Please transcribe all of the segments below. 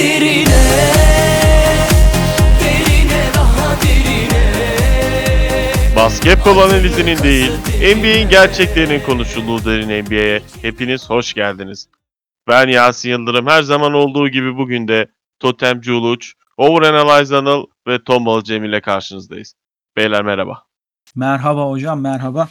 derine, derine, daha derine. Basketbol analizinin değil, NBA'in gerçeklerinin konuşulduğu Derin NBA'ye hepiniz hoş geldiniz. Ben Yasin Yıldırım, her zaman olduğu gibi bugün de Totemci Uluç, Overanalyze Anıl ve Tombal Cemil ile karşınızdayız. Beyler merhaba. Merhaba hocam, merhaba.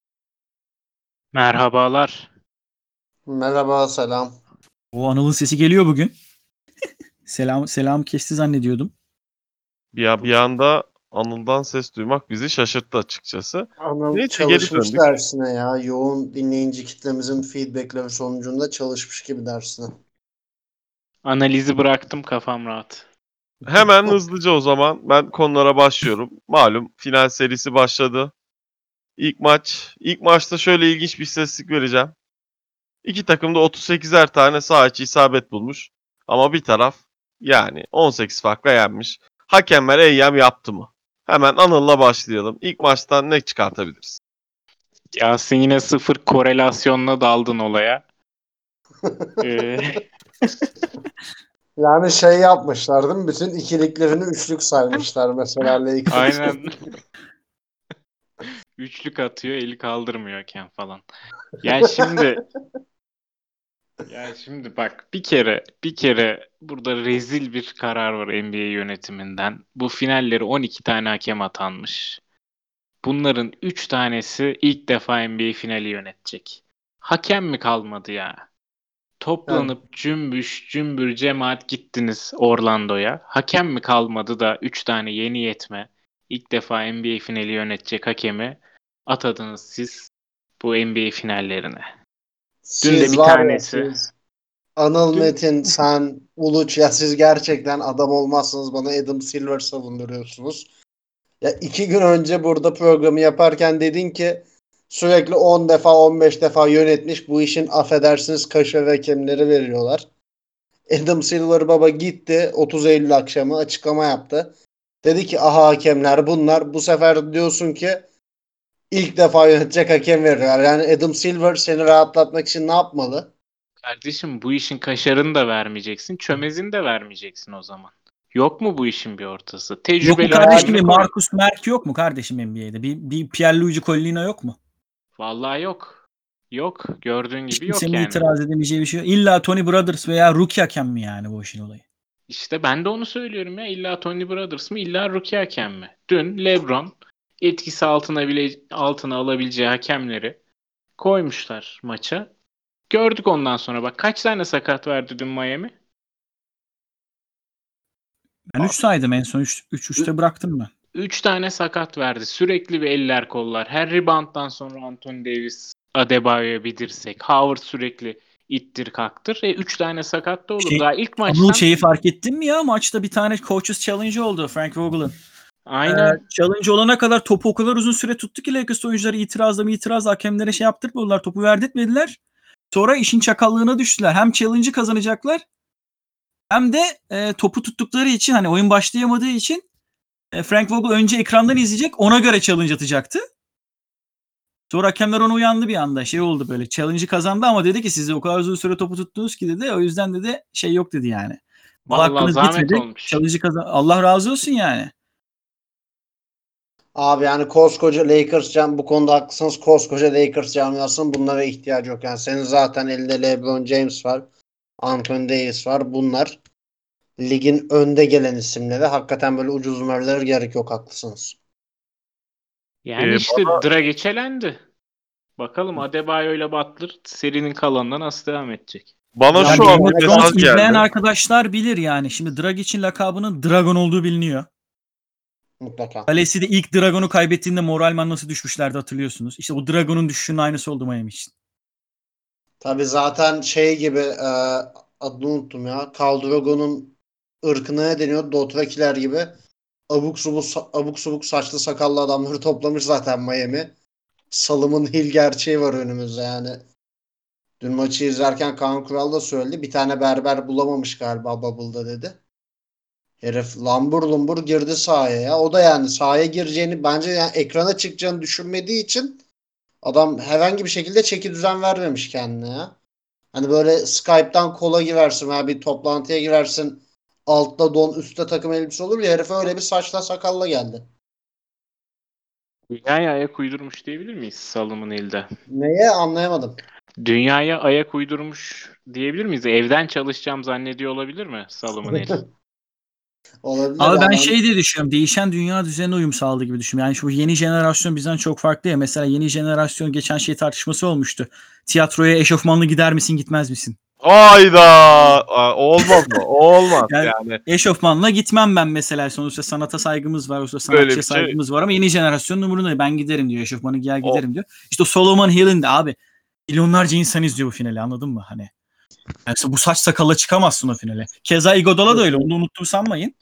Merhabalar. Merhaba, selam. O Anıl'ın sesi geliyor bugün. Selam kesti zannediyordum. Bir anda Anıl'dan ses duymak bizi şaşırttı açıkçası. Anıl Neyse, geri çalışmış döndük. dersine ya. Yoğun dinleyici kitlemizin feedbackleri sonucunda çalışmış gibi dersine. Analizi bıraktım, kafam rahat. Hemen hızlıca o zaman ben konulara başlıyorum. Malum final serisi başladı. İlk maçta şöyle ilginç bir istatistik vereceğim. İki takım da 38'er tane saha içi isabet bulmuş. Ama bir taraf yani 18 farkla yenmiş. Hakemler eyyam yaptı mı? Hemen Anıl'la başlayalım. İlk maçtan ne çıkartabiliriz? Yasin yine sıfır korelasyonla daldın olaya. Ee, Yani şey yapmışlar değil mi? Bütün ikiliklerini üçlük saymışlar mesela Lakers. aynen. Üçlük atıyor, eli kaldırmıyorken falan. Yani şimdi bak bir kere burada rezil bir karar var NBA yönetiminden. Bu finalleri 12 tane hakem atanmış. Bunların 3 tanesi ilk defa NBA finali yönetecek. Hakem mi kalmadı ya? Toplanıp cümbüş cümbür cemaat gittiniz Orlando'ya. Hakem mi kalmadı da 3 tane yeni yetme ilk defa NBA finali yönetecek hakemi atadınız siz bu NBA finallerine. Dün de Siz bir var ya tanesi. siz. Anıl Dün- Metin, sen, Uluç ya siz gerçekten adam olmazsınız, bana Adam Silver savunduruyorsunuz. Ya 2 gün önce burada programı yaparken dedin ki sürekli 10 defa 15 defa yönetmiş, bu işin affedersiniz kaşe ve hakemleri veriyorlar. Adam Silver baba gitti 30 Eylül akşamı açıklama yaptı. Dedi ki aha hakemler bunlar. Bu sefer diyorsun ki ilk defa yönetecek hakem veriyorlar. Yani Adam Silver seni rahatlatmak için ne yapmalı? Kardeşim bu işin kaşarını da vermeyeceksin, çömezini de vermeyeceksin o zaman. Yok mu bu işin bir ortası? Yok mu Tecrübeli kardeşim bir hakemini koy. Marcus Merk yok mu kardeşim NBA'de? Bir Pierluigi Collina yok mu? Vallahi yok. Yok. Gördüğün Hiç gibi yok kimsenin yani. itiraz edemeyeceği bir şey yok. İlla Tony Brothers veya rookie hakem mi yani bu işin olayı? İşte ben de onu söylüyorum ya. İlla Tony Brothers mı, illa rookie hakem mi? Dün LeBron etkisi altına alabileceği hakemleri koymuşlar maça. Gördük ondan sonra bak kaç tane sakat verdi dün Miami? Ben 3 saydım en son 3'te bıraktım ben. 3 tane sakat verdi. Sürekli bir eller kollar. Her rebounddan sonra Anthony Davis, Adebayo'ya bir dirsek. Howard sürekli ittir kaktır. 3 tane sakat da olur. Daha ilk Anıl maçtan. şeyi fark ettin mi ya? Maçta bir tane Coaches Challenge oldu Frank Vogel'ın. Aynen. Challenge olana kadar topu o kadar uzun süre tuttu ki Lakers oyuncuları itirazla hakemlere şey yaptırmadılar. Topu verdirtmediler. Sonra işin çakallığına düştüler. Hem challenge'ı kazanacaklar hem de topu tuttukları için hani oyun başlayamadığı için Frank Vogel önce ekrandan izleyecek, ona göre challenge atacaktı. Sonra hakemler ona uyandı bir anda. Şey oldu böyle. Challenge'ı kazandı ama dedi ki siz de o kadar uzun süre topu tuttunuz ki dedi. O yüzden dedi şey yok dedi yani. Vallahi Hakkınız zahmet bitmedi. olmuş. Challenge'ı kazan. Allah razı olsun yani. Abi yani koskoca Lakers bu konuda haklısınız. Koskoca Lakers camiasının bunlara ihtiyacı yok. Yani senin zaten elinde LeBron James var. Anthony Davis var. Bunlar ligin önde gelen isimleri. Hakikaten böyle ucuz numaralara gerek yok, haklısınız. Yani işte Dragic elendi. Bakalım Adebayo ile Butler serinin kalanına nasıl devam edecek? Bana Yani şu an Game bir of mesaj Thrones İzleyen geldi. arkadaşlar bilir yani. Şimdi Dragic'in lakabının Dragon olduğu biliniyor. Mutlaka. Kalesi de ilk Dragon'u kaybettiğinde moralman nasıl düşmüşlerdi hatırlıyorsunuz. İşte o Dragon'un düşüşünün aynısı oldu Miami için. Tabii zaten şey gibi adını unuttum ya. Khal Drogo'nun ırkına ne deniyor? Dothrakiler gibi abuk subuk saçlı sakallı adamları toplamış zaten Miami. Salımın hil gerçeği var önümüzde yani. Dün maçı izlerken Kaan Kural da söyledi. Bir tane berber bulamamış galiba Bubble'da dedi. Herif lambur lumbur girdi sahaya ya. O da yani sahaya gireceğini, bence yani ekrana çıkacağını düşünmediği için adam herhangi bir şekilde çeki düzen vermemiş kendine ya. Hani böyle Skype'tan kola girersin veya bir toplantıya girersin. altta don üstte takım elbise olur ya, herif öyle bir saçla sakalla geldi. Dünyaya ayak uydurmuş diyebilir miyiz Solomon Hill'de? Neye anlayamadım. Dünyaya ayak uydurmuş diyebilir miyiz? Evden çalışacağım zannediyor olabilir mi Solomon Hill? Olabilir Abi ben yani. şey diye düşünüyorum. Değişen dünya düzenine uyum sağladı gibi düşünüyorum. Yani şu yeni jenerasyon bizden çok farklı ya. Mesela yeni jenerasyon geçen şey tartışması olmuştu. Tiyatroya eşofmanlı gider misin gitmez misin? Hayda! Olmaz mı? Olmaz Yani yani. eşofmanla gitmem ben mesela. Sonuçta sanata saygımız var. Sonuçta Böyle sanatçıya bir şey. saygımız var ama yeni jenerasyonun umurunda. Ben giderim diyor. Eşofmanı giyer O- giderim diyor. İşte o Solomon Hill'in de abi milyonlarca insan izliyor bu finali, anladın mı? Hani yani bu saç sakalla çıkamazsın o finale. Keza Iguodala da öyle. Onu da unuttum sanmayın.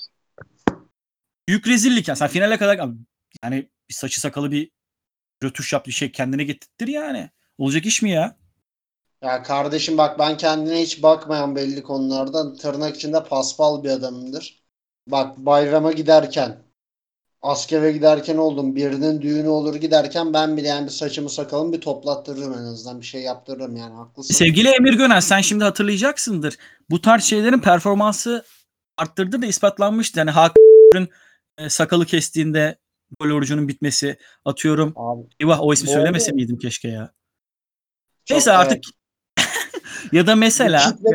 Büyük rezillik ya. Sen finale kadar yani bir saçı sakalı bir rötuş yap, bir şey kendine getirtir yani. Olacak iş mi ya? Ya kardeşim bak, ben kendine hiç bakmayan belli konulardan tırnak içinde paspal bir adamımdır. Bak bayrama giderken, askere giderken oldum. Birinin düğünü olur giderken ben bile yani bir saçımı sakalımı bir toplattırırım, en azından bir şey yaptırırım yani, haklısın. Sevgili Emir Gönen, sen şimdi hatırlayacaksındır. Bu tarz şeylerin performansı arttırdığı da ispatlanmıştı. Yani Hakan'ın sakalı kestiğinde gol orucunun bitmesi, atıyorum. Abi Eyvah, o ismi bu söylemese arada miydim keşke ya. Neyse çok artık evet. ya da Bir mesela kitle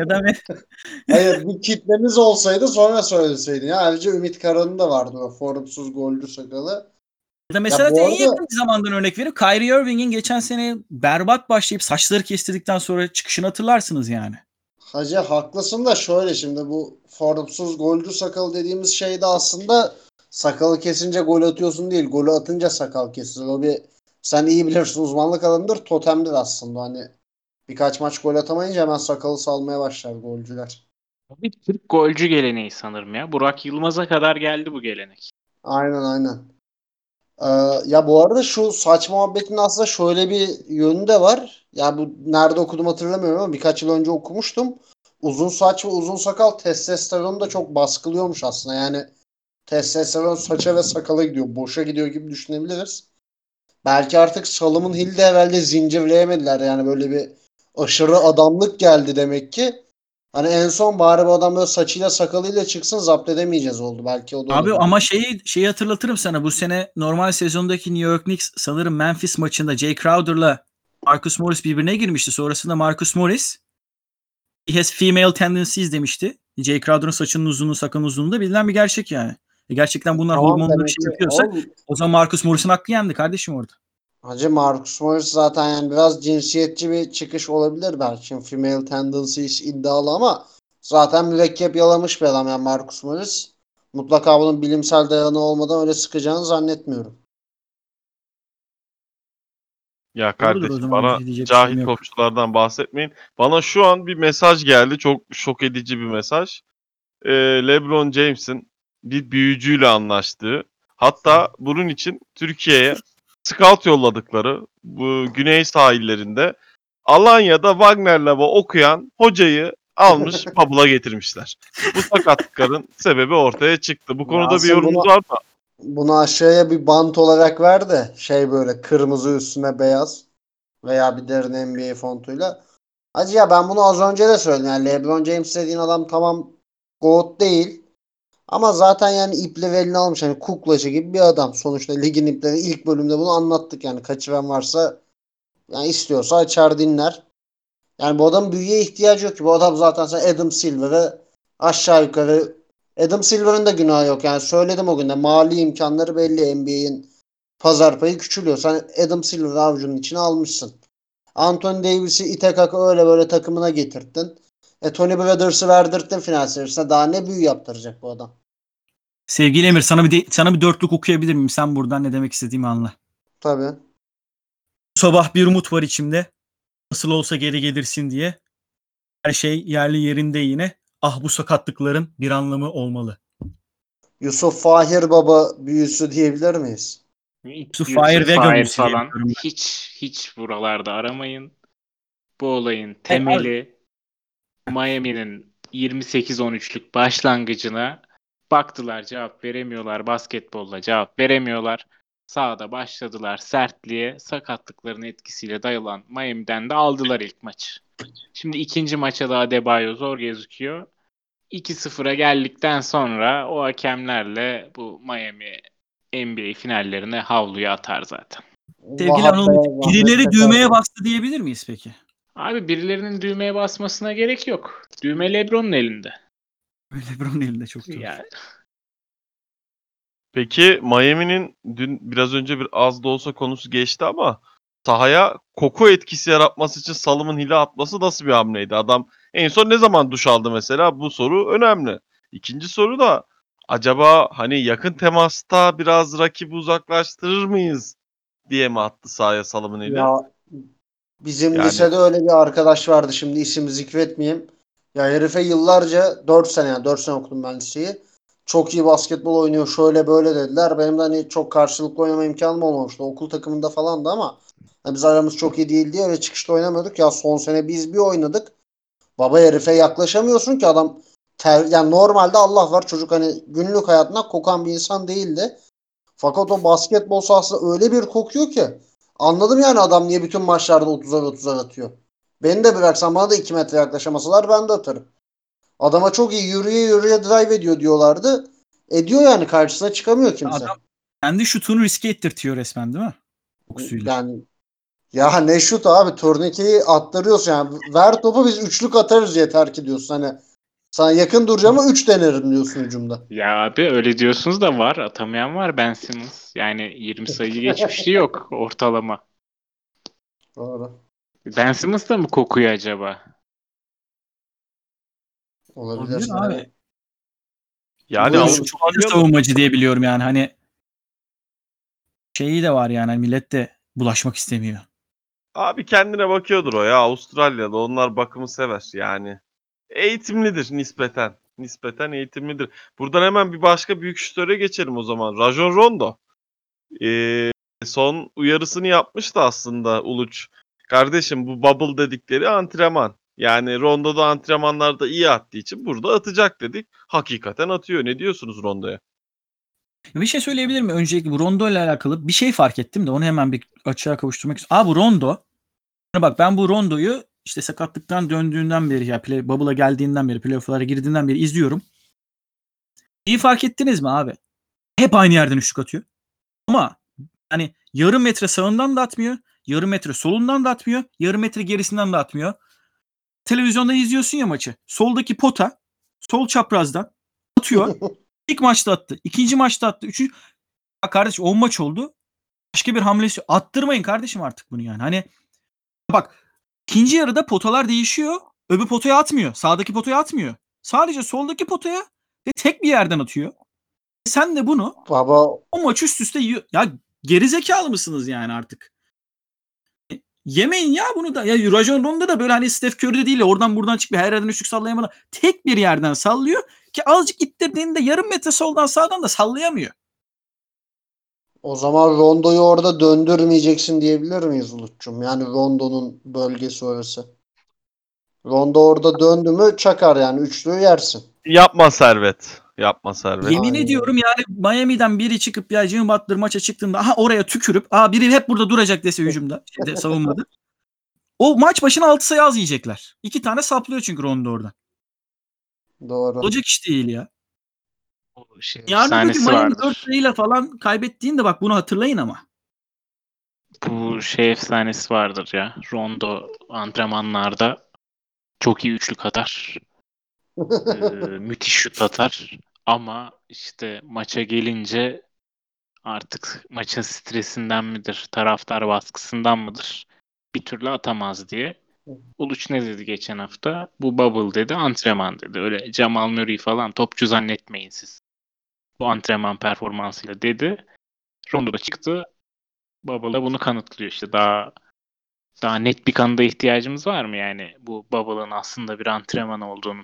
Hayır, bir kitlemiz olsaydı sonra söyleseydin. Ya ayrıca Ümit Karan'ın da vardı o formsuz golcü sakalı. ya da Ya mesela bu en arada yakın bir zamandan örnek verip Kyrie Irving'in geçen sene berbat başlayıp saçları kestirdikten sonra çıkışını hatırlarsınız yani. hacı haklısın da şöyle, şimdi bu formsuz golcü sakal dediğimiz şey de aslında sakalı kesince gol atıyorsun değil. Golü atınca sakal kesilir. O bir, sen iyi bilirsin, uzmanlık alanıdır. Totemdir aslında. Hani birkaç maç gol atamayınca hemen sakalı salmaya başlar golcüler. Bir Türk golcü geleneği sanırım ya. Burak Yılmaz'a kadar geldi bu gelenek. Aynen aynen. Ee, Ya bu arada şu saç muhabbetinin aslında şöyle bir yönü de var. Ya bu nerede okudum hatırlamıyorum ama birkaç yıl önce okumuştum. Uzun saç ve uzun sakal testosteronu da çok baskılıyormuş aslında. Yani testosteron saça ve sakala gidiyor. Boşa gidiyor gibi düşünebiliriz. Belki artık Solomon Hill'de herhalde zincirleyemediler. Yani böyle bir aşırı adamlık geldi demek ki. Hani en son bari bu adam böyle saçıyla sakalıyla çıksın, zapt edemeyeceğiz oldu. Belki o da Abi olabilir. ama şeyi hatırlatırım sana. Bu sene normal sezondaki New York Knicks sanırım Memphis maçında Jay Crowder'la Marcus Morris birbirine girmişti. Sonrasında Marcus Morris he has female tendencies demişti. Jay Crowder'ın saçının uzunluğu, sakalının uzunluğu da bilinen bir gerçek yani. Gerçekten bunlar Tamam hormonlu bir demek şey ki yapıyorsa oğlum. o zaman Marcus Morris'in hakkı yendi kardeşim orada. Hacı Marcus Morris zaten yani biraz cinsiyetçi bir çıkış olabilir belki. Şimdi female tendencies iddialı ama zaten mürekkep yalamış bir adam yani Marcus Morris. Mutlaka bunun bilimsel dayanağı olmadan öyle sıkacağını zannetmiyorum. Ya Doğrudur, o kardeşim, zaman bir bana şey diyecek bir cahil şeyim yok. topçulardan bahsetmeyin. Bana şu an bir mesaj geldi. Çok şok edici bir mesaj. LeBron James'in bir büyücüyle anlaştığı, hatta bunun için Türkiye'ye scout yolladıkları, bu güney sahillerinde Alanya'da Wagner Lab'a okuyan hocayı almış Bubble'a getirmişler. Bu sakatlıkların sebebi ortaya çıktı. Bu konuda bir Yasin yorumunuz var mı? bunu aşağıya bir bant olarak ver de şey, böyle kırmızı üstüne beyaz veya bir derin NBA fontuyla. Hacı ya ben bunu az önce de söyledim. Yani LeBron James dediğin adam tamam GOAT değil. Ama zaten yani iple ve eline almış. Hani kuklacı gibi bir adam. Sonuçta ligin iplerini ilk bölümde bunu anlattık. Yani kaçıran varsa, yani istiyorsa açar dinler. Yani bu adam büyüye ihtiyacı yok ki. Bu adam zaten sen Adam Silver'ı aşağı yukarı, Adam Silver'ın da günahı yok. Yani söyledim o gün de, mali imkanları belli, NBA'in pazar payı küçülüyor. Sen Adam Silver'ı avucunun içine almışsın. Anthony Davis'i ite kaka öyle böyle takımına getirttin. Tony Brothers'ı verdirttin final serisine. Daha ne büyü yaptıracak bu adam? Sevgili Emir, sana bir dörtlük okuyabilir miyim? Sen buradan ne demek istediğimi anla. Tabii. Bu sabah bir umut var içimde. Nasıl olsa geri gelirsin diye. Her şey yerli yerinde yine. Ah, bu sakatlıkların bir anlamı olmalı. Yusuf Fahir Baba büyüsü diyebilir miyiz? Yusuf Fire Yusuf Vega Fail büyüsü diye falan biliyorum ben. hiç buralarda aramayın. Bu olayın Abi, temeli Miami'nin 28-13'lük başlangıcına baktılar, cevap veremiyorlar. Basketbolla cevap veremiyorlar. Sahada başladılar sertliğe. Sakatlıkların etkisiyle dayılan Miami'den de aldılar ilk maçı. Şimdi ikinci maça da Adebayo zor gözüküyor. 2-0'a geldikten sonra o hakemlerle bu Miami NBA finallerine havluya atar zaten. Sevgili Vahap Anıl, Beyaz Ahmet birileri Çakar. düğmeye bastı diyebilir miyiz peki? Abi birilerinin düğmeye basmasına gerek yok. Düğme LeBron'un elinde. LeBron elinde çok doğru. Ya Peki Miami'nin dün biraz önce bir az da olsa konusu geçti ama sahaya koku etkisi yaratması için Salomon Hill'i atması nasıl bir hamleydi? Adam en son ne zaman duş aldı mesela? Bu soru önemli. İkinci soru da acaba hani yakın temasta biraz rakibi uzaklaştırır mıyız diye mi attı sahaya Salomon Hill'i? Ya bizim Yani lisede öyle bir arkadaş vardı, şimdi isim zikretmeyeyim. Ya herife yıllarca 4 sene, yani 4 sene okudum ben liseyi. Çok iyi basketbol oynuyor, şöyle böyle dediler. Benim de hani çok karşılıklı oynama imkanım olmamıştı. Okul takımında falandı ama hani biz aramız çok iyi değil diye öyle çıkışta oynamıyorduk. Ya son sene biz bir oynadık. Baba herife yaklaşamıyorsun ki, adam yani normalde Allah var, çocuk hani günlük hayatında kokan bir insan değildi. Fakat o basketbol sahasında öyle bir kokuyor ki. Anladım yani adam niye bütün maçlarda 30'ar 30'ar atıyor. Beni de bıraksan bana da 2 metre yaklaşamasalar ben de atarım. Adama çok iyi yürüye yürüye drive ediyor diyorlardı. Ediyor yani, karşısına çıkamıyor kimse. Adam kendi şutunu riske ettirtiyor resmen değil mi? Kokusuyla. Yani ya ne şut abi, turnikeyi attırıyorsun yani. Ver topu, biz üçlük atarız yeter ki diyorsun. Hani sana yakın duracağım ama 3 denerim diyorsun hücumda. ya abi öyle diyorsunuz da var. Atamayan var, Ben Simmons. Yani 20 sayı geçmişliği yok ortalama. Doğru. Ben Simmons da mı kokuyor acaba? Olabilir Olabilir. abi. yani Bu Buyurun. çok iyi de Avustralyalı savunmacı diye biliyorum yani. Hani şeyi de var yani, hani millet de bulaşmak istemiyor. abi kendine bakıyordur o ya, Avustralyalı, onlar bakımı sever yani. Eğitimlidir nispeten. Nispeten eğitimlidir. Buradan hemen bir başka büyük şutöre geçelim o zaman. Rajon Rondo. Son uyarısını yapmıştı aslında Uluç. Kardeşim bu bubble dedikleri antrenman. Yani Rondo da antrenmanlarda iyi attığı için burada atacak dedik. Hakikaten atıyor. Ne diyorsunuz Rondo'ya? Bir şey söyleyebilir miyim? Öncelikle bu Rondo ile alakalı bir şey fark ettim de onu hemen bir açığa kavuşturmak istiyorum. Bu Rondo. Bak ben bu Rondo'yu işte sakatlıktan döndüğünden beri, ya Bubble'a geldiğinden beri, playoff'lara girdiğinden beri izliyorum. İyi fark ettiniz mi abi? Hep aynı yerden üçlük atıyor. Ama hani yarım metre sağından da atmıyor. Yarım metre solundan da atmıyor. Yarım metre gerisinden de atmıyor. Televizyonda izliyorsun ya maçı. Soldaki pota, sol çaprazdan atıyor. İlk maçta attı. İkinci maçta attı. Üçüncü. Ya kardeş 10 maç oldu. Başka bir hamlesi. Attırmayın kardeşim artık bunu yani. Hani bak, ikinci yarıda potalar değişiyor. Öbür potaya atmıyor. Sağdaki potaya atmıyor. Sadece soldaki potaya ve tek bir yerden atıyor. Sen de bunu Baba o maç üst üste yiyor. Ya gerizekalı mısınız yani artık? Yemeyin ya bunu da. Ya Rajon Rondo da böyle hani Steph Curry'de değil, oradan buradan çıkıp her yerden üçlük sallayamadan tek bir yerden sallıyor ki azıcık ittirdiğinde yarım metre soldan sağdan da sallayamıyor. o zaman Rondo'yu orada döndürmeyeceksin diyebilir miyiz Ulut'cum? Yani Rondo'nun bölgesi orası. Rondo orada döndü mü çakar yani, üçlüğü yersin. Yapma Servet. Yapma Servet. Yemin Aynen. ediyorum yani, Miami'den biri çıkıp ya Jimmy Butler maça çıktığında oraya tükürüp biri hep burada duracak dese hücumda, savunmada. O maç başına 6 sayı az yiyecekler. 2 tane saplıyor çünkü Rondo orada. Doğru. Olacak iş değil ya. O şey Yarın öbür gün efsanesi Miami 4 vardır. sayıyla falan kaybettiğinde bak bunu hatırlayın ama. Bu şey efsanesi vardır ya. Rondo antrenmanlarda çok iyi üçlük atar. Müthiş şut atar. Ama işte maça gelince artık maçın stresinden midir, taraftar baskısından mıdır? Bir türlü atamaz diye. Uluç ne dedi geçen hafta? Bu bubble dedi, antrenman dedi. Öyle Jamal Murray falan topçu zannetmeyin siz. Bu antrenman performansıyla dedi. Rondo da çıktı. Bubble'da bunu kanıtlıyor işte. Daha net bir kanıda ihtiyacımız var mı yani bu Bubble'ın aslında bir antrenman olduğunu?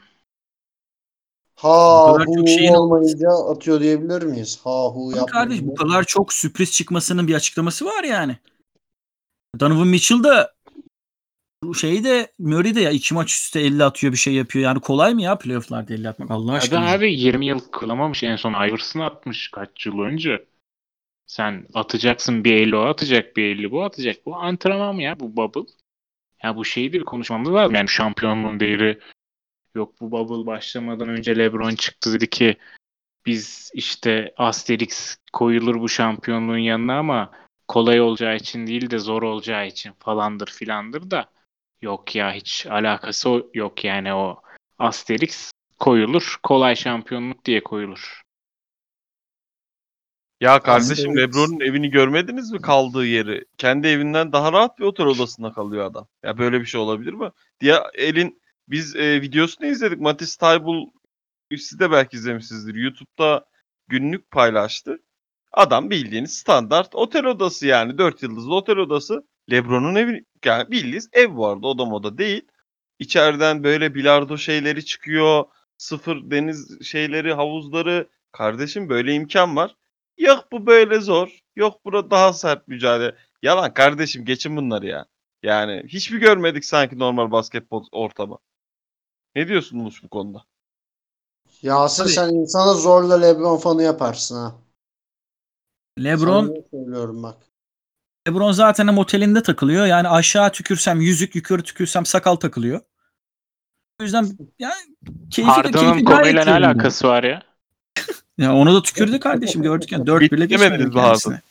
Bu Ha kadar çok şeyin hu olmayınca atıyor diyebilir miyiz? Ha hu kardeş, bu yapmayınca. kadar çok sürpriz çıkmasının bir açıklaması var yani. Donovan Mitchell da bu şeyde, Murray de ya 2 maç üstte 50 atıyor, bir şey yapıyor. Yani kolay mı ya playoff'larda 50 atmak Allah Hadi aşkına? abi 20 yıl kılamamış, en son Iverson atmış kaç yıl önce. Sen atacaksın, bir 50 o atacak, bir 50 bu atacak. Bu antrenman mı ya, bu bubble? Ya bu şeyi de bir konuşmamız lazım. Yani şampiyonluğun değeri Yok bu bubble başlamadan önce LeBron çıktı dedi ki biz işte Asterix koyulur bu şampiyonluğun yanına ama kolay olacağı için değil de zor olacağı için falandır filandır da yok ya hiç alakası yok yani o Asterix koyulur kolay şampiyonluk diye koyulur. Ya kardeşim, Asterix. LeBron'un evini görmediniz mi, kaldığı yeri? Kendi evinden daha rahat bir otel odasında kalıyor adam. Ya böyle bir şey olabilir mi? Diye biz videosunu izledik. Matisse Thybulle, siz de belki izlemişsinizdir. YouTube'da günlük paylaştı. Adam bildiğiniz standart otel odası, yani 4 yıldızlı otel odası. LeBron'un evi, yani bildiğiniz ev vardı, oda moda değil. İçeriden böyle bilardo şeyleri çıkıyor. Sıfır deniz şeyleri, havuzları. Kardeşim, böyle imkan var. Yok bu böyle zor. Yok burada daha sert mücadele. Yalan kardeşim, geçin bunları ya. Yani hiçbir görmedik sanki normal basketbol ortamı. Ne diyorsun Uluş bu konuda? Yasin Abi, sen insana zorla LeBron fanı yaparsın ha. LeBron Sana söylüyorum bak. LeBron zaten hem otelinde takılıyor. Yani aşağı tükürsem yüzük, yukarı tükürsem sakal takılıyor. O yüzden yani Harden'ın keyfi konuyla gayet ne yerinde. alakası var ya? Ya ona da tükürdü kardeşim, gördük yani 4-1'le Bitti geçmedi demediniz mi kendisine.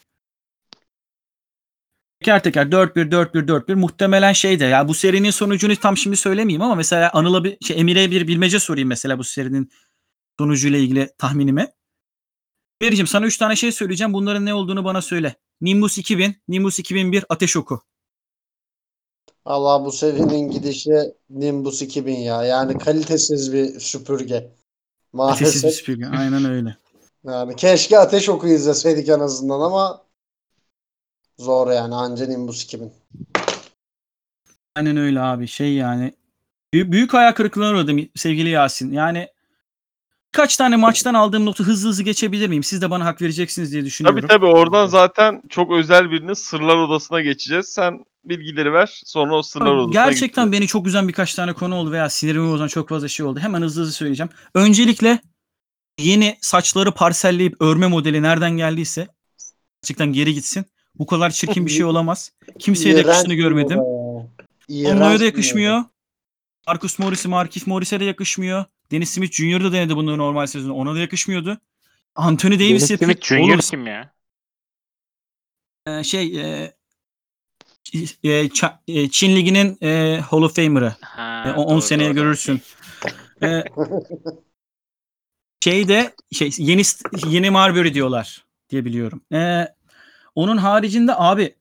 Teker teker 4-1 4-1 4-1 muhtemelen şeyde ya, bu serinin sonucunu tam şimdi söylemeyeyim ama mesela Anıl'a Emir'e bir bilmece sorayım mesela bu serinin sonucuyla ilgili tahminimi. Vericim sana 3 tane şey söyleyeceğim. Bunların ne olduğunu bana söyle. Nimbus 2000, Nimbus 2001, Ateş Oku. Allah bu serinin gidişi Nimbus 2000 ya. Yani kalitesiz bir süpürge. Ateşsiz bir Maalesef. süpürge. Aynen öyle. Yani keşke Ateş Oku izleseydik en azından ama zor yani. Anca Nimbus 2000. Aynen öyle abi. Şey yani. Büyük hayal kırıklığına uğradım sevgili Yasin. Yani birkaç tane maçtan aldığım notu hızlı hızlı geçebilir miyim? Siz de bana hak vereceksiniz diye Tabii düşünüyorum. tabii, oradan zaten çok özel birinin sırlar odasına geçeceğiz. Sen bilgileri ver, sonra o sırlar odasına Gerçekten gideceğiz. beni çok üzen birkaç tane konu oldu veya sinirimi bozan çok fazla şey oldu. Hemen hızlı hızlı söyleyeceğim. Öncelikle yeni saçları parselleyip örme modeli nereden geldiyse gerçekten geri gitsin. Bu kadar çirkin bir şey olamaz. Kimseye de yakıştığını İğrenç bir görmedim. moda ya. Onlara da İğrenç bir moda. yakışmıyor. Markif Morris'e de yakışmıyor. Dennis Smith Jr. da denedi bunu normal sezonda. Ona da yakışmıyordu. Anthony Davis Dennis yapıyor. Smith Jr. Oğlum kim ya? Çin Ligi'nin Hall of Famer'ı. Ha, 10 doğru, seneye doğru, görürsün. okey. Yeni Marbury diyorlar diye biliyorum. Onun haricinde abi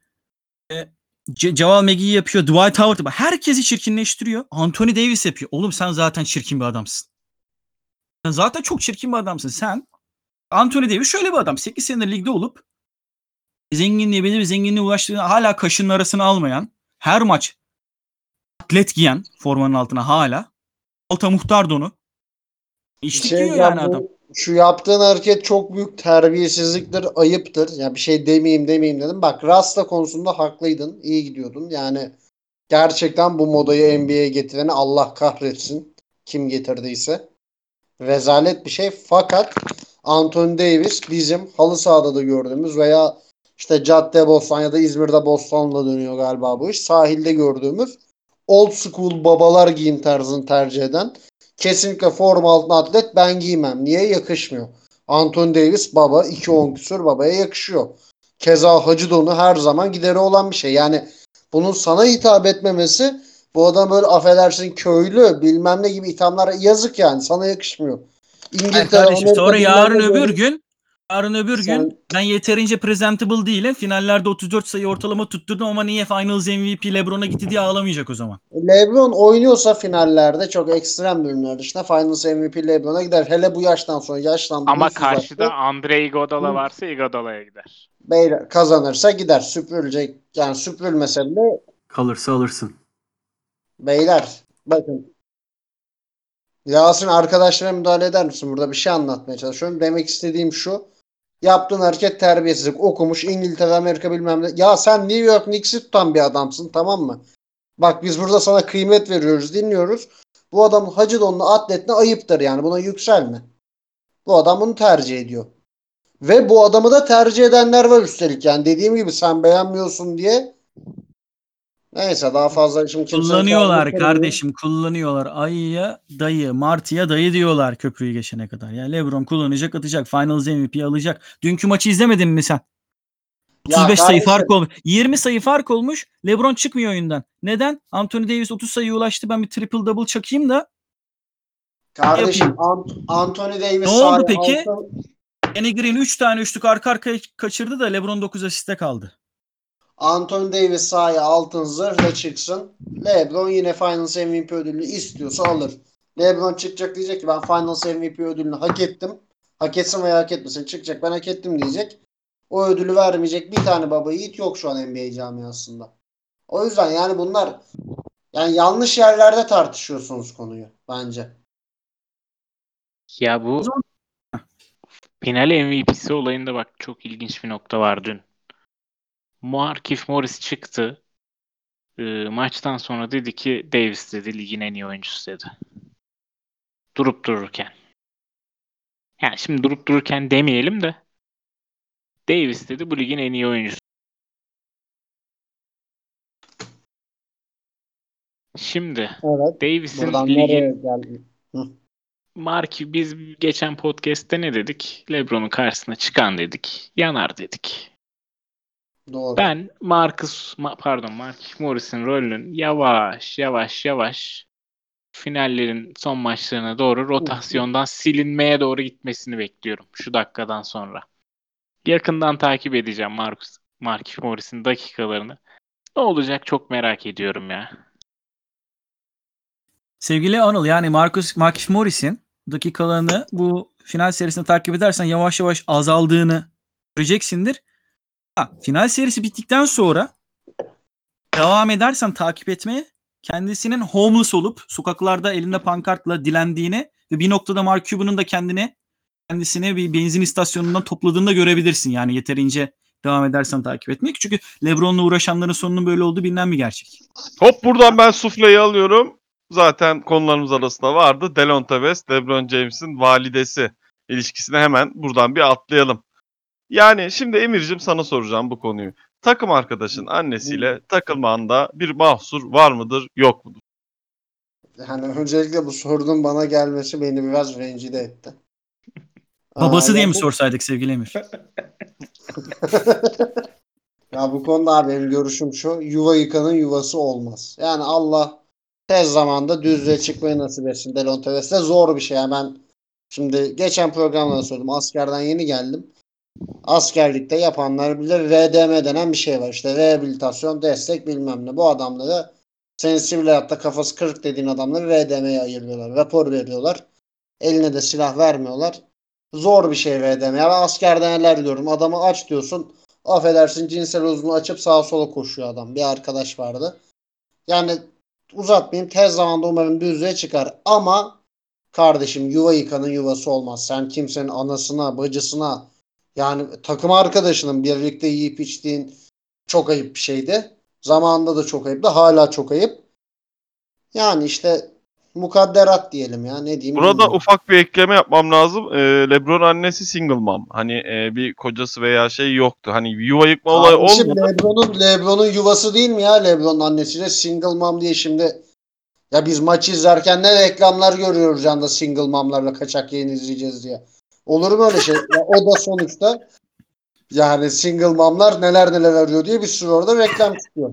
Javal McGee yapıyor. Dwight Howard yapıyor. Herkesi çirkinleştiriyor. Anthony Davis yapıyor. Oğlum sen zaten çirkin bir adamsın. Sen zaten çok çirkin bir adamsın. Sen Anthony Davis şöyle bir adam. 8 senedir ligde olup zenginliğe, belli bir zenginliğe ulaştığında hala kaşının arasını almayan, her maç atlet giyen formanın altına hala alta muhtar donu. İçlik diyor yani adam. Şu yaptığın hareket çok büyük terbiyesizliktir, ayıptır. Ya bir şey demeyeyim dedim. Bak Rasta konusunda haklıydın. İyi gidiyordun. Yani gerçekten bu modayı NBA'ye getireni Allah kahretsin. Kim getirdiyse. Rezalet bir şey. Fakat Anthony Davis bizim halı sahada da gördüğümüz veya işte Cadde Bostan ya da İzmir'de Bostan'la dönüyor galiba bu iş. Sahilde gördüğümüz old school babalar giyim tarzını tercih eden, kesinlikle forma altına atlet ben giymem. Niye? Yakışmıyor. Anthony Davis baba, 2-10 küsur babaya yakışıyor. Keza Hacı Donu her zaman gideri olan bir şey. Yani bunun sana hitap etmemesi, bu adam böyle affedersin köylü bilmem ne gibi ithamlara yazık yani. Sana yakışmıyor. Hayır İngiltere, kardeşim, Amerika sonra bilmem yarın ne öbür böyle- gün ben yeterince presentable değilim. Finallerde 34 sayı ortalama tutturdum ama niye Finals MVP LeBron'a gitti diye ağlamayacak o zaman. LeBron oynuyorsa finallerde çok ekstrem durumlar dışında Finals MVP LeBron'a gider. Hele bu yaştan sonra yaşlandı. Ama huysuzlaştı. karşıda Andre Iguodala varsa Iguodala'ya gider. Beyler kazanırsa gider. Süpürülecek. Yani süpürülmese bile Kalırsa alırsın. beyler bakın. Yasin arkadaşlara müdahale eder misin? Burada bir şey anlatmaya çalışıyorum. Demek istediğim şu. Yaptığın hareket terbiyesizlik. Okumuş İngiltere, Amerika bilmem ne. Ya sen New York Knicks'i tutan bir adamsın, tamam mı? Bak biz burada sana kıymet veriyoruz, dinliyoruz. Bu adamın Hacı Donlu atletine ayıptır yani. Buna yükselme. Bu adam bunu tercih ediyor. Ve bu adamı da tercih edenler var üstelik. Yani dediğim gibi sen beğenmiyorsun diye Neyse daha fazla şimdi kimsenin Kullanıyorlar kalbini kırmayayım. kardeşim, kullanıyorlar. Ayıya dayı, Martı'ya dayı diyorlar köprüyü geçene kadar. Ya LeBron kullanacak, atacak. Finals MVP alacak. Dünkü maçı izlemedin mi sen? Ya 35 sayı kardeşim, fark olmuş. 20 sayı fark olmuş. LeBron çıkmıyor oyundan. Neden? Anthony Davis 30 sayıya ulaştı. Ben bir triple double çakayım da yapayım. Anthony Davis Ne oldu sahaya peki? altı. Danny Green 3 tane üçlük arka arkaya kaçırdı da LeBron 9 asiste kaldı. Anthony Davis sahaya altın zırhla çıksın. LeBron yine Finals MVP ödülünü istiyorsa alır. LeBron çıkacak diyecek ki ben Finals MVP ödülünü hak ettim. Hak etsin veya hak etmesin çıkacak ben hak ettim diyecek. O ödülü vermeyecek bir tane baba yiğit yok şu an NBA camiasında. O yüzden yani bunlar yani yanlış yerlerde tartışıyorsunuz konuyu bence. Ya O bu zaman final MVP'si olayında bak çok ilginç bir nokta var dün. Markieff Morris çıktı. Maçtan sonra dedi ki Davis dedi ligin en iyi oyuncusu dedi. Durup dururken. Yani şimdi durup dururken demeyelim de Davis dedi bu ligin en iyi oyuncusu. Şimdi Evet. Davis'in Buradan nereye ligin geldi? biz geçen podcast'te ne dedik? LeBron'un karşısına çıkan dedik. Yanar dedik. Doğru. Ben Markieff Morris'in rolünün yavaş finallerin son maçlarına doğru rotasyondan silinmeye doğru gitmesini bekliyorum şu dakikadan sonra. Yakından takip edeceğim Markieff Morris'in dakikalarını. Ne olacak çok merak ediyorum ya. sevgili Anıl, yani Markieff Morris'in dakikalarını bu final serisinde takip edersen yavaş yavaş azaldığını göreceksindir. Final serisi bittikten sonra devam edersen takip etmeye, kendisinin homeless olup sokaklarda elinde pankartla dilendiğini ve bir noktada Mark Cuban'ın da kendisine bir benzin istasyonundan topladığını da görebilirsin. Yani yeterince devam edersen takip etmek. Çünkü LeBron'la uğraşanların sonunun böyle olduğu bilinen bir gerçek. Hop buradan ben sufleyi alıyorum. Zaten konularımız arasında vardı. Delonte West, LeBron James'in validesi ilişkisine hemen buradan bir atlayalım. Yani şimdi Emir'cim sana soracağım bu konuyu. Takım arkadaşın annesiyle takılmanda bir mahsur var mıdır, yok mudur? Yani öncelikle bu sorunun bana gelmesi beni biraz rencide etti. Babası diye mi Lafı- sorsaydık sevgili Emir? Ya bu konuda abi benim görüşüm şu. Yuva yıkanın yuvası olmaz. Yani Allah tez zamanda düzlüğe çıkmayı nasip etsin Delon Teves'te. Zor bir şey. Yani ben şimdi geçen programda da söyledim. Askerden yeni geldim. Askerlikte yapanlar bilir RDM denen bir şey var. İşte rehabilitasyon, destek bilmem ne. Bu adamları senin sivil hayatta kafası kırık dediğin adamları RDM'ye ayırıyorlar. Rapor veriyorlar. Eline de silah vermiyorlar. Zor bir şey RDM. Ya ben askerde neler diyorum. Adamı aç diyorsun. Affedersin cinsel uzunu açıp sağa sola koşuyor adam. Bir arkadaş vardı. Yani uzatmayayım. Tez zamanda umarım düzlüğe çıkar. Ama kardeşim yuva yıkanın yuvası olmaz. Sen kimsenin anasına, bacısına yani takım arkadaşının birlikte yiyip içtiğin çok ayıp bir şeydi. Zamanında da çok ayıptı. Hala çok ayıp. Yani işte mukadderat diyelim ya. Ne diyeyim Burada bilmiyorum. ufak bir ekleme yapmam lazım. LeBron annesi single mom. Hani bir kocası veya şey yoktu. Hani yuva yıkma olayı Kardeşim olmadı. LeBron'un yuvası değil mi ya? LeBron'un annesiyle single mom diye şimdi ya biz maç izlerken ne reklamlar görüyoruz anda single mom'larla kaçak yayın izleyeceğiz diye. Olur mu öyle şey? Ya o da sonuçta yani single mom'lar neler neler arıyor diye bir sürü orada reklam çıkıyor.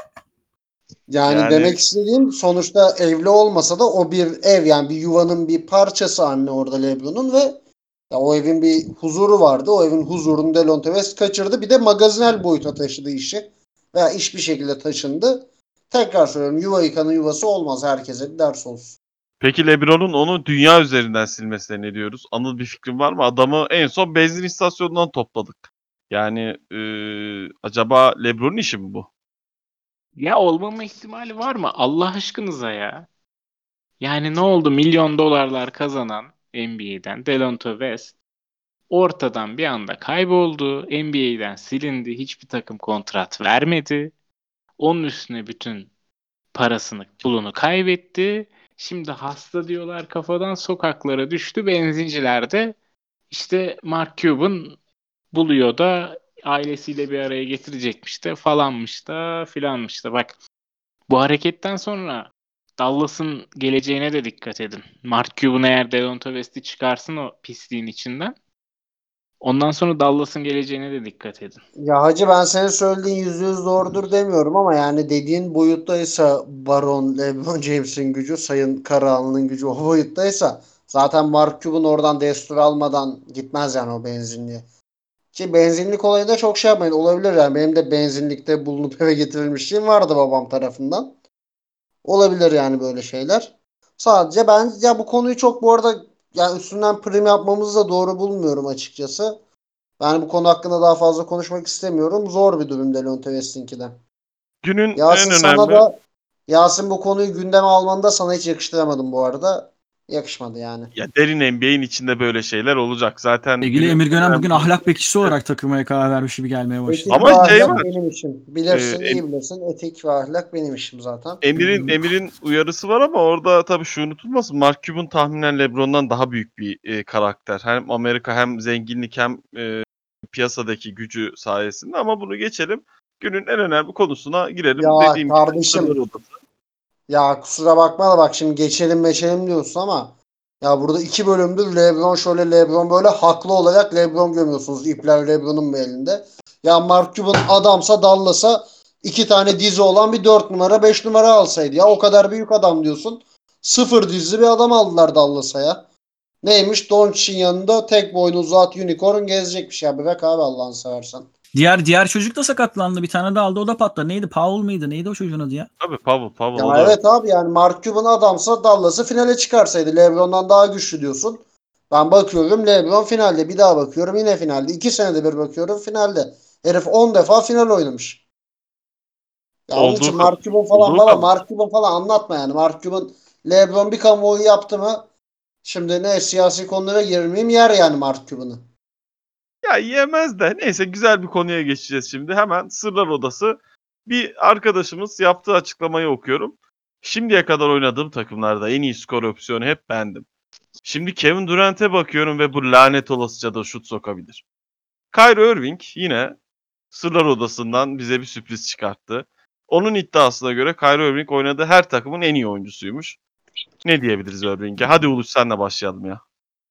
Yani Yani demek istediğim sonuçta evli olmasa da o bir ev yani bir yuvanın bir parçası anne orada LeBron'un ve ya o evin bir huzuru vardı. O evin huzurunu Delonte West kaçırdı. Bir de magazinel boyuta taşıdı işi. Veya iş bir şekilde taşındı. Tekrar söylüyorum yuva yıkanın yuvası olmaz. Herkese bir ders olsun. peki LeBron'un onu dünya üzerinden silmesine ne diyoruz? Anıl bir fikrin var mı? Adamı en son benzin istasyonundan topladık. Yani acaba LeBron'un işi mi bu? Ya olmama ihtimali var mı? Allah aşkınıza ya. Yani ne oldu? Milyon dolarlar kazanan NBA'den Delonte West ortadan bir anda kayboldu. NBA'den silindi. Hiçbir takım kontrat vermedi. Onun üstüne bütün parasını, pulunu kaybetti. Şimdi hasta diyorlar kafadan sokaklara düştü. Benzincilerde işte Mark Cuban buluyor da ailesiyle bir araya getirecekmiş de falanmış da filanmış da. Bak Bu hareketten sonra Dallas'ın geleceğine de dikkat edin. Mark Cuban eğer Delonte West'i çıkarsın o pisliğin içinden. Ondan sonra Dallas'ın geleceğine de dikkat edin. Ya hacı, ben senin söylediğin %100 doğrudur demiyorum ama yani dediğin boyuttaysa Baron LeBron James'in gücü, Sayın Karahanlı'nın gücü o boyuttaysa zaten Mark Cuban oradan destur almadan gitmez yani o benzinliğe. Ki benzinlik olayı da çok şey yapmayın. Olabilir yani. Benim de benzinlikte bulunup eve getirilmişliğim vardı babam tarafından. Olabilir yani böyle şeyler. Sadece ben ya bu konuyu çok bu arada yani üstünden prim yapmamızı da doğru bulmuyorum açıkçası. Ben bu konu hakkında daha fazla konuşmak istemiyorum. Zor bir durum Delonte West'inki de. Günün Yasin en sana önemli da Yasin bu konuyu gündeme almanı da sana hiç yakıştıramadım bu arada. Yakışmadı yani. ya derin NBA'in içinde böyle şeyler olacak. Zaten Sevgili günün Emir en Gönen bugün önemli ahlak bekçisi olarak takılmaya karar vermiş gibi gelmeye başladı. Etik ve ama şey ahlak var. benim işim. e, Bilirsin, iyi bilirsin. Etik ve ahlak benim işim zaten. Emir'in uyarısı var ama orada tabii şu unutulmasın. Mark Cuban tahminen LeBron'dan daha büyük bir karakter. Hem Amerika hem zenginlik hem piyasadaki gücü sayesinde ama bunu geçelim. Günün en önemli konusuna girelim. Ya Dediğim gibi sırlar kardeşim, odası. ya kusura bakma da bak şimdi geçelim diyorsun ama ya burada 2 bölümdür LeBron şöyle LeBron böyle haklı olarak LeBron gömüyorsunuz. İpler LeBron'un mu elinde? Ya Mark Cuban adamsa Dallas'a 2 tane dizi olan bir 4 numara 5 numara alsaydı ya o kadar büyük adam diyorsun. Sıfır dizli bir adam aldılar Dallas'a ya. Neymiş? Doncic'in yanında tek boynuzlu at unicorn gezecekmiş ya. Bırak abi Allah'ını seversen. Diğer çocuk da sakatlandı. Bir tane de aldı, o da patladı. Neydi? Powell mıydı? Neydi o çocuğun adı ya? Tabii Pavel Ya o da evet abi yani Mark Cuban adamsa Dallas'ı finale çıkarsaydı LeBron'dan daha güçlü diyorsun. Ben bakıyorum LeBron finalde, bir daha bakıyorum yine finalde. 2 senede bir bakıyorum finalde. Herif 10 defa final oynamış. Ya onun olduğu için kadar. Mark Cuban falan Olduğu falan kadar. Mark Cuban falan anlatma yani. Mark Cuban LeBron bir kamuoyu yaptı mı şimdi ne siyasi konulara girmeyeyim yer yani Mark Cuban'ı. Ya yiyemez de. Neyse güzel bir konuya geçeceğiz şimdi. Hemen sırlar odası. Bir arkadaşımız yaptığı açıklamayı okuyorum. Şimdiye kadar oynadığım takımlarda en iyi skor opsiyonu hep bendim. Şimdi Kevin Durant'e bakıyorum ve bu lanet olasıca da şut sokabilir. Kyrie Irving yine sırlar odasından bize bir sürpriz çıkarttı. Onun iddiasına göre Kyrie Irving oynadığı her takımın en iyi oyuncusuymuş. Ne diyebiliriz Irving'e? Hadi Uluç senle başlayalım ya.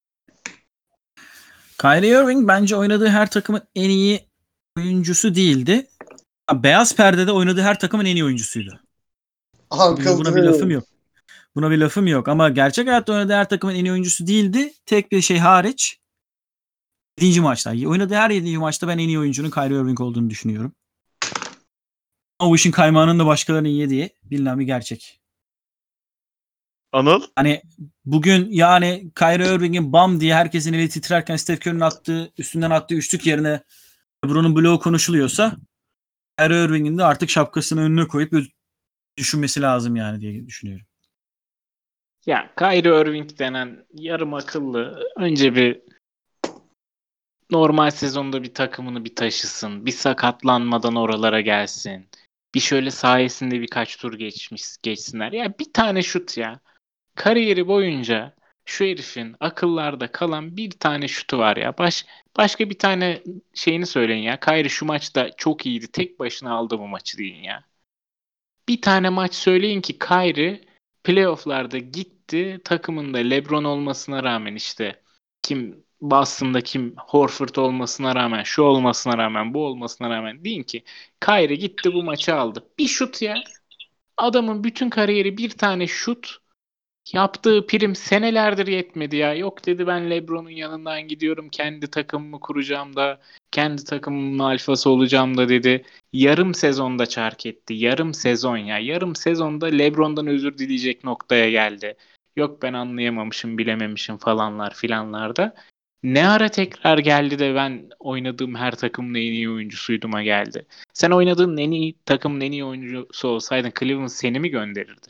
Kyrie Irving bence oynadığı her takımın en iyi oyuncusu değildi. Beyaz perdede oynadığı her takımın en iyi oyuncusuydu. Uncle Buna bir lafım Drew. yok. Buna bir lafım yok ama gerçek hayatta oynadığı her takımın en iyi oyuncusu değildi. Tek bir şey hariç 7. maçta. Oynadığı her 7. maçta ben en iyi oyuncunun Kyrie Irving olduğunu düşünüyorum. O işin kaymağının da başkalarının yediği bilinen bir gerçek. Anıl? Hani bugün yani Kyrie Irving'in bam diye herkesin eli titrerken Steph Curry'nin üstünden attığı üçlük yerine LeBron'un bloğu konuşuluyorsa Kyrie Irving'in de artık şapkasını önüne koyup düşünmesi lazım yani diye düşünüyorum. Ya Kyrie Irving denen yarım akıllı önce bir normal sezonda bir takımını bir taşısın. Bir sakatlanmadan oralara gelsin. Bir şöyle sayesinde birkaç tur geçsinler. Ya bir tane şut ya. Kariyeri boyunca şu herifin akıllarda kalan bir tane şutu var ya. Başka bir tane şeyini söyleyin ya. Kyrie şu maçta çok iyiydi. Tek başına aldı bu maçı deyin ya. Bir tane maç söyleyin ki Kyrie playoff'larda gitti. Takımında LeBron olmasına rağmen işte kim Boston'da kim Horford olmasına rağmen şu olmasına rağmen bu olmasına rağmen deyin ki Kyrie gitti bu maçı aldı. Bir şut ya. Adamın bütün kariyeri bir tane şut. Yaptığı prim senelerdir yetmedi ya. Yok dedi ben LeBron'un yanından gidiyorum. Kendi takımımı kuracağım da kendi takımımın alfası olacağım da dedi. Yarım sezonda çark etti. Yarım sezon ya. Yarım sezonda LeBron'dan özür dileyecek noktaya geldi. Yok ben anlayamamışım, bilememişim falanlar filanlarda. Ne ara tekrar geldi de ben oynadığım her takımın en iyi oyuncusuydum'a geldi. Sen oynadığın en iyi takımın en iyi oyuncusu olsaydın Cleveland seni mi gönderirdi?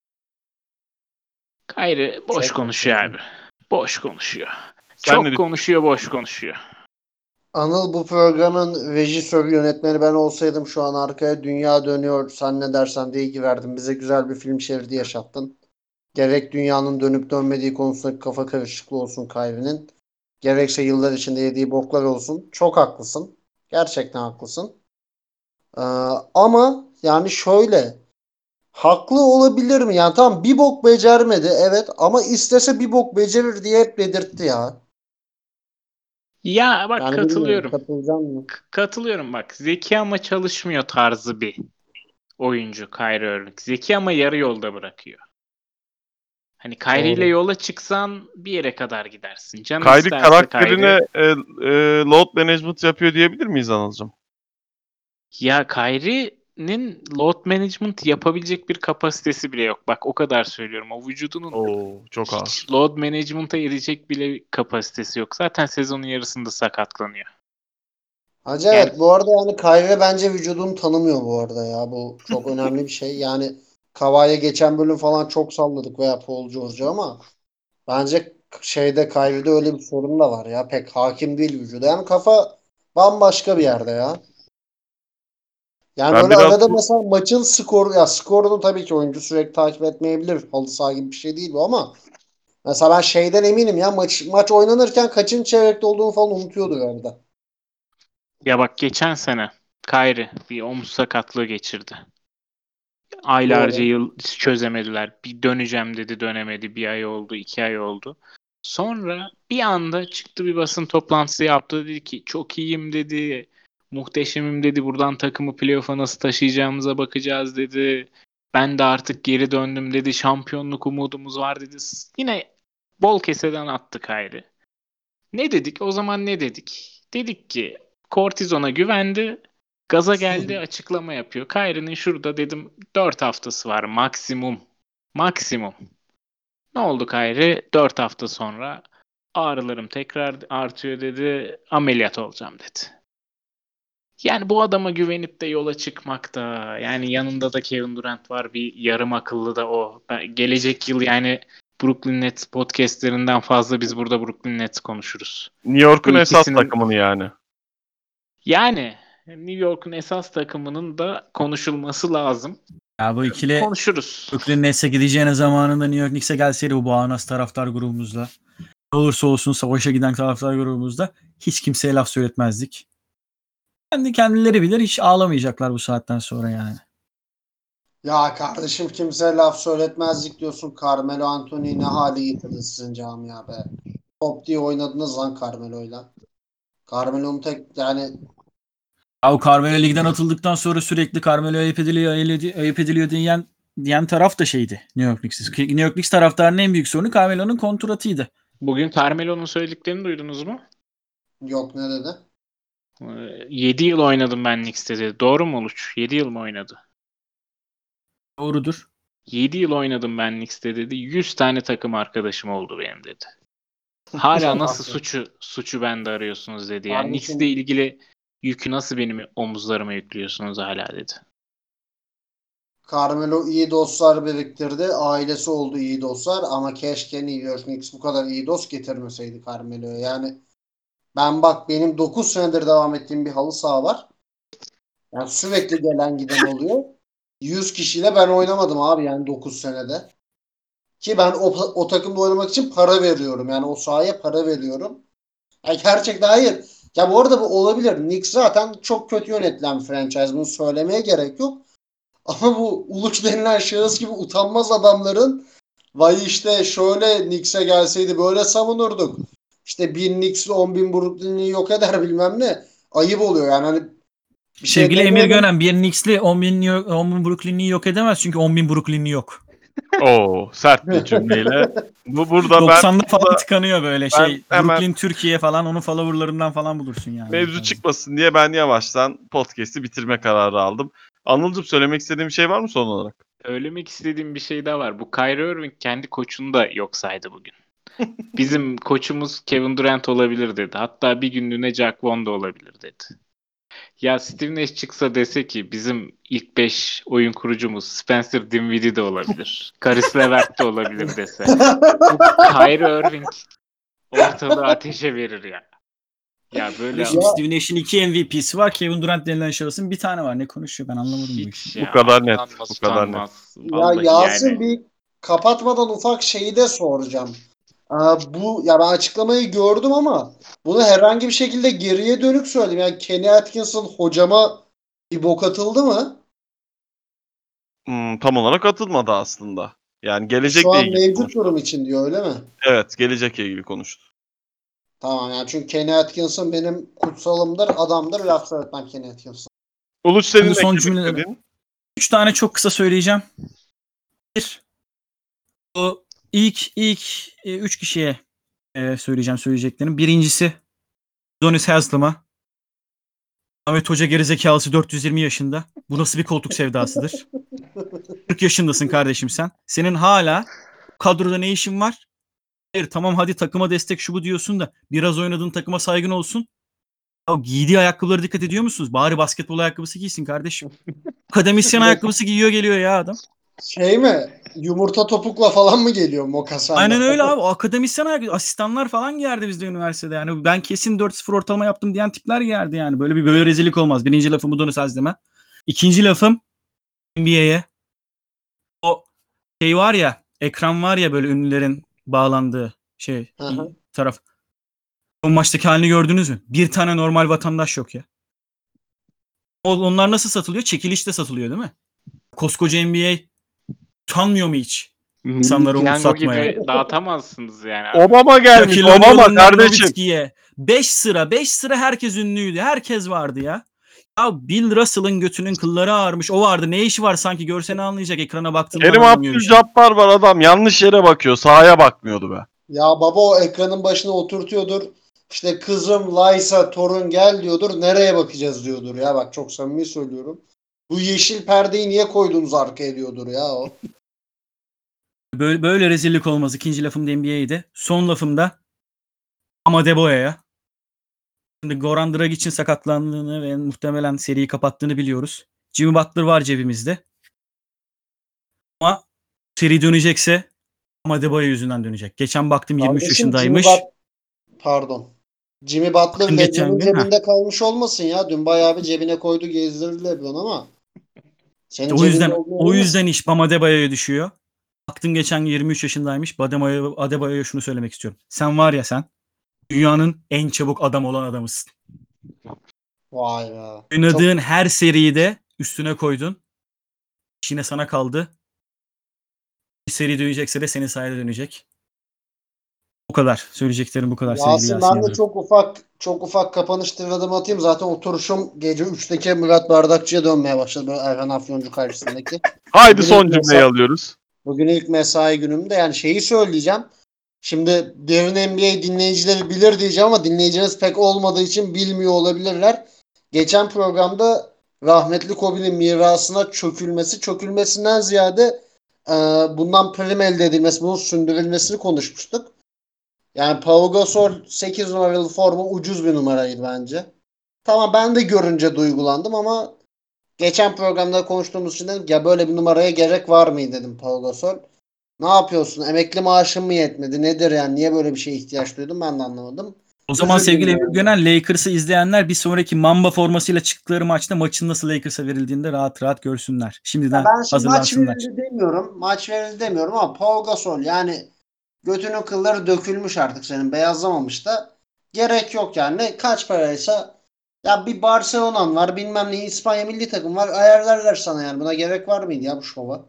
Kyrie boş Çok konuşuyor haklısın. abi. Boş konuşuyor. Sen ne Çok konuşuyor, boş konuşuyor. Anıl, bu programın rejisörü yönetmeni ben olsaydım şu an arkaya dünya dönüyor sen ne dersen diye girerdim. Bize güzel bir film şeridi yaşattın. Gerek dünyanın dönüp dönmediği konusundaki kafa karışıklığı olsun Kyrie'nin. Gerekse yıllar içinde yediği boklar olsun. Çok haklısın. Gerçekten haklısın. Ee, ama yani şöyle haklı olabilir mi? Yani tamam bir bok becermedi evet ama istese bir bok becerir diye hep dedirtti ya. Ya bak Yani bilmiyorum katılıyorum. katılacağım mı? Katılıyorum bak. Zeki ama çalışmıyor tarzı bir oyuncu Kyrie Irving. Zeki ama yarı yolda bırakıyor. Hani Kyrie ile Doğru. yola çıksan bir yere kadar gidersin. Canı Kyrie isterse karakterine Kyrie. load management yapıyor diyebilir miyiz Anılcım? Ya Kyrie'nin load management yapabilecek bir kapasitesi bile yok. Bak o kadar söylüyorum. O vücudunun Oo, çok ağır. hiç load management'a edecek bile kapasitesi yok. Zaten sezonun yarısında sakatlanıyor. Hacı Yani evet bu arada yani Kyrie bence vücudunu tanımıyor bu arada ya. Bu çok önemli bir şey. Yani Kawhi'ye geçen bölüm falan çok salladık veya Paul George'u ama bence şeyde Kyrie'de öyle bir sorun da var ya. Pek hakim değil vücuda. Yani kafa bambaşka bir yerde ya. Yani Ben böyle biraz arada mesela maçın skoru ya skorunu tabii ki oyuncu sürekli takip etmeyebilir. Halı saha gibi bir şey değil bu ama mesela ben şeyden eminim ya maç oynanırken kaçıncı çeyrekte olduğunu falan unutuyordu arada. ya bak geçen sene Kyrie bir omuz sakatlığı geçirdi. Doğru. Aylarca yıl çözemediler. Bir döneceğim dedi dönemedi. Bir ay oldu, 2 ay oldu. Sonra bir anda çıktı bir basın toplantısı yaptı. Dedi ki çok iyiyim dedi. Muhteşemim dedi. Buradan takımı playoff'a nasıl taşıyacağımıza bakacağız dedi. Ben de artık geri döndüm dedi. Şampiyonluk umudumuz var dedi. Yine bol keseden attık Kyrie. Ne dedik? O zaman ne dedik? Dedik ki kortizona güvendi. Gaza geldi açıklama yapıyor. Kyrie'nin şurada dedim 4 haftası var maksimum. Maksimum. Ne oldu Kyrie? 4 hafta sonra ağrılarım tekrar artıyor dedi. Ameliyat olacağım dedi. Yani bu adama güvenip de yola çıkmak da yani yanında da Kevin Durant var bir yarım akıllı da o. Gelecek yıl yani Brooklyn Nets podcastlerinden fazla biz burada Brooklyn Nets konuşuruz. New York'un Bu esas ikisinin takımını yani. yani New York'un esas takımının da konuşulması lazım. Ya bu ikili Konuşuruz. Brooklyn Nets'e gideceğine zamanında New York Knicks'e gelseydi bu bağnaz taraftar grubumuzla. Ne olursa olsun savaşa giden taraftar grubumuzda hiç kimseye laf söyletmezdik. Kendileri bilir hiç ağlamayacaklar bu saatten sonra yani. Ya kardeşim kimse laf söyletmezdik diyorsun. Carmelo Anthony ne hale getirdi sizin camia be. Top diye oynadınız lan Carmelo'yla. Carmelo'nun tek yani Ya o Carmelo ligden atıldıktan sonra sürekli Carmelo ayıp ediliyor diyen taraf da şeydi New York Knicks'in. New York Knicks taraftarının en büyük sorunu Carmelo'nun kontratıydı. Bugün Carmelo'nun söylediklerini duydunuz mu? yok ne dedi? 7 yıl oynadım ben Knicks'te dedi. Doğru mu Uluç? 7 yıl mı oynadı? Doğrudur. 7 yıl oynadım ben Knicks'te dedi. 100 tane takım arkadaşım oldu benim dedi. Hala nasıl Haklı. suçu bende arıyorsunuz dedi. Yani Knicks'le Kardeşim ilgili yükü nasıl benim omuzlarıma yüklüyorsunuz hala dedi. Carmelo iyi dostlar biriktirdi. Ailesi oldu iyi dostlar ama keşke New York Knicks bu kadar iyi dost getirmeseydi Carmelo'ya. Yani ben bak benim 9 senedir devam ettiğim bir halı saha var. Yani sürekli gelen giden oluyor. 100 kişiyle ben oynamadım abi yani 9 senede. Ki ben o takımda oynamak için para veriyorum. Yani o sahaya para veriyorum. Yani gerçekten hayır. Ya bu arada bu olabilir. Knicks zaten çok kötü yönetilen bir franchise. Bunu söylemeye gerek yok. Ama bu Uluç denilen şahıs gibi utanmaz adamların vay işte şöyle Knicks'e gelseydi böyle savunurduk. İşte 1000 Knicks'li 10.000 Brooklyn'i yok eder bilmem ne. Ayıp oluyor yani hani bir şey Sevgili Emir demiyorum. Gönen bir Knicks'li 10.000 Brooklyn'i yok edemez çünkü 10.000 Brooklyn'i yok. Oo, sert bir cümleyle. Burada 90'da falan tıkanıyor böyle ben hemen Brooklyn Türkiye falan onun followerlarından falan bulursun yani. mevzu çıkmasın diye ben yavaştan podcast'i bitirme kararı aldım. Anılcım söylemek istediğim bir şey var mı son olarak? Söylemek istediğim bir şey daha var. Bu Kyrie Irving kendi koçunu da yok saydı bugün. Bizim koçumuz Kevin Durant olabilir dedi. Hatta bir günlüğüne Jack Vaughn da olabilir dedi. Ya Steve Nash çıksa dese ki bizim ilk 5 oyun kurucumuz Spencer Dinwiddie de olabilir. Caris LeVert de olabilir dese. Bu Kyrie Irving ortalığı ateşe verir ya. Ya böyle Kardeşim Ya Steve Nash'in 2 MVP'si var. Kevin Durant denilen şahısın bir tane var. Ne konuşuyor ben anlamadım bu işi. hiç Bu ya kadar net. utanmaz Bu kadar net. utanmaz. Ya Vallahi Yasin yani. bir kapatmadan ufak şeyi de soracağım. Bu ya ben açıklamayı gördüm ama bunu herhangi bir şekilde geriye dönük söyledim. Yani Kenny Atkinson hocama bir bok atıldı mı? Tam olarak atılmadı aslında. Yani gelecekle Şu an ilgili mevcut konuştu. durum için diyor öyle mi? Evet, gelecekle ilgili konuştu. Tamam yani çünkü Kenny Atkinson benim kutsalımdır, adamdır. Laf söyletmem Kenny Atkinson. Uluç senin Ben de son eklemek cümleleri- istediğin? 3 tane çok kısa söyleyeceğim. Bir, bu ilk 3 kişiye söyleyeceğim söyleyeceklerim. Birincisi Donis Haslam'a. Ahmet Hoca gerizekalısı 420 yaşında. Bu nasıl bir koltuk sevdasıdır? 40 yaşındasın kardeşim sen. Senin hala kadroda ne işin var? Hayır tamam hadi takıma destek şu bu diyorsun da biraz oynadığın takıma saygın olsun. Ya giydiği ayakkabılara dikkat ediyor musunuz? Bari basketbol ayakkabısı giysin kardeşim. Akademisyen ayakkabısı giyiyor geliyor ya adam. Şey mi? Yumurta topukla falan mı geliyor Mokasan'da? Aynen öyle abi. O akademisyen ayakkabı. Asistanlar falan giyerdi bizde üniversitede. Yani ben kesin 4-0 ortalama yaptım diyen tipler giyerdi yani. Böyle rezillik olmaz. Birinci lafım bu Donis Haslem. İkinci lafım NBA'ye. O şey var ya, ekran var ya böyle ünlülerin bağlandığı şey Hı hı. taraf. O maçtaki halini gördünüz mü? Bir tane normal vatandaş yok ya. Onlar nasıl satılıyor? Çekilişte satılıyor değil mi? Koskoca NBA utanmıyor mu hiç? İnsanlara umut Piyango satmaya. gibi dağıtamazsınız yani. Obama gelmiş. Shaquille Obama O'Neal'ın kardeşim. Nowitzki'ye 5 sıra herkes ünlüydü. Herkes vardı ya. Ya Bill Russell'ın götünün kılları ağarmış. O vardı. Ne işi var sanki görseni anlayacak. Ekrana baktığında Kerim anlamıyor bir şey. Abdülcabbar var adam. Yanlış yere bakıyor. Sahaya bakmıyordu be. Ya baba o ekranın başına oturtuyordur. İşte kızım Laysa torun gel diyordur. Nereye bakacağız diyordur ya. Bak çok samimi söylüyorum. Bu yeşil perdeyi niye koydunuz arkaya diyordur ya o. Böyle rezillik olmaz. İkinci lafım da NBA'ydi. Son lafım da Adebayo'ya. Şimdi Goran Dragic'in sakatlandığını ve muhtemelen seriyi kapattığını biliyoruz. Jimmy Butler var cebimizde. Ama seri dönecekse Adebayo yüzünden dönecek. Geçen baktım 23 Kardeşim, yaşındaymış. Pardon. Jimmy Butler Geçen LeBron'un gün, cebinde kalmış olmasın ya. Dün bayağı bir cebine koydu gezdirdi LeBron ama. Senin O cebinde yüzden olduğunu o olmasın. yüzden iş Bam Adebayo'ya düşüyor. Baktın geçen gün 23 yaşındaymış. Adebayo'ya şunu söylemek istiyorum. Sen var ya sen dünyanın en çabuk adam olan adamısın. Vay be. Oynadığın her seriyi üstüne koydun. İşine sana kaldı. Bir seri dönecekse de senin sayede dönecek. Bu kadar. Söyleyeceklerim bu kadar sevgili Yasin Yasin ben de Yıldırım. çok ufak kapanış tırnadım atayım. Zaten oturuşum gece 3'teki Murat Bardakçı'ya dönmeye başladı. Böyle Erhan Afyoncu karşısındaki. Haydi Bugün son ilk cümleyi alıyoruz. Bugün ilk mesai günümde yani şeyi söyleyeceğim. Şimdi derin NBA dinleyicileri bilir diyeceğim ama dinleyiciniz pek olmadığı için bilmiyor olabilirler. Geçen programda rahmetli Kobe'nin mirasına çökülmesinden ziyade bundan prim elde edilmesi, bunun sündürülmesini konuşmuştuk. Yani Pau Gasol 8 numaralı forma ucuz bir numaraydı bence. Tamam ben de görünce duygulandım ama geçen programda konuştuğumuz için dedim ki ya böyle bir numaraya gerek var mı dedim Pau Gasol. Ne yapıyorsun? Emekli maaşın mı yetmedi? Nedir yani? Niye böyle bir şeye ihtiyaç duydum? Ben de anlamadım. O zaman Özür sevgili dilerim. Emir Gönel, Lakers'ı izleyenler bir sonraki Mamba formasıyla çıktıkları maçta maçın nasıl Lakers'a verildiğinde rahat rahat görsünler. Şimdiden Ben şimdi maç hazırlansınlar. verildi demiyorum. Maç verildi demiyorum ama Pau Gasol yani götünün kılları dökülmüş artık senin. Beyazlamamış da. Gerek yok yani. Kaç paraysa ya bir Barcelona'm var bilmem ne İspanya milli takım var ayarlarlar sana yani. Buna gerek var mıydı ya bu şova?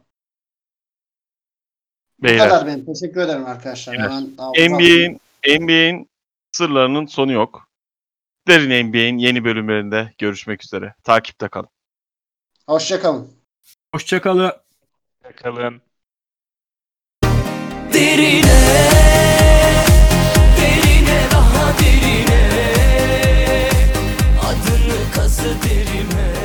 Bu Beyler. kadar benim. Teşekkür ederim arkadaşlar. Beyler. Ben daha uzatmayayım. NBA'in sırlarının sonu yok. Derin NBA'in yeni bölümlerinde görüşmek üzere. Takipte kalın. Hoşça kalın. Hoşçakalın. Bakalım. Derine, derine daha derine, adını kazı derime.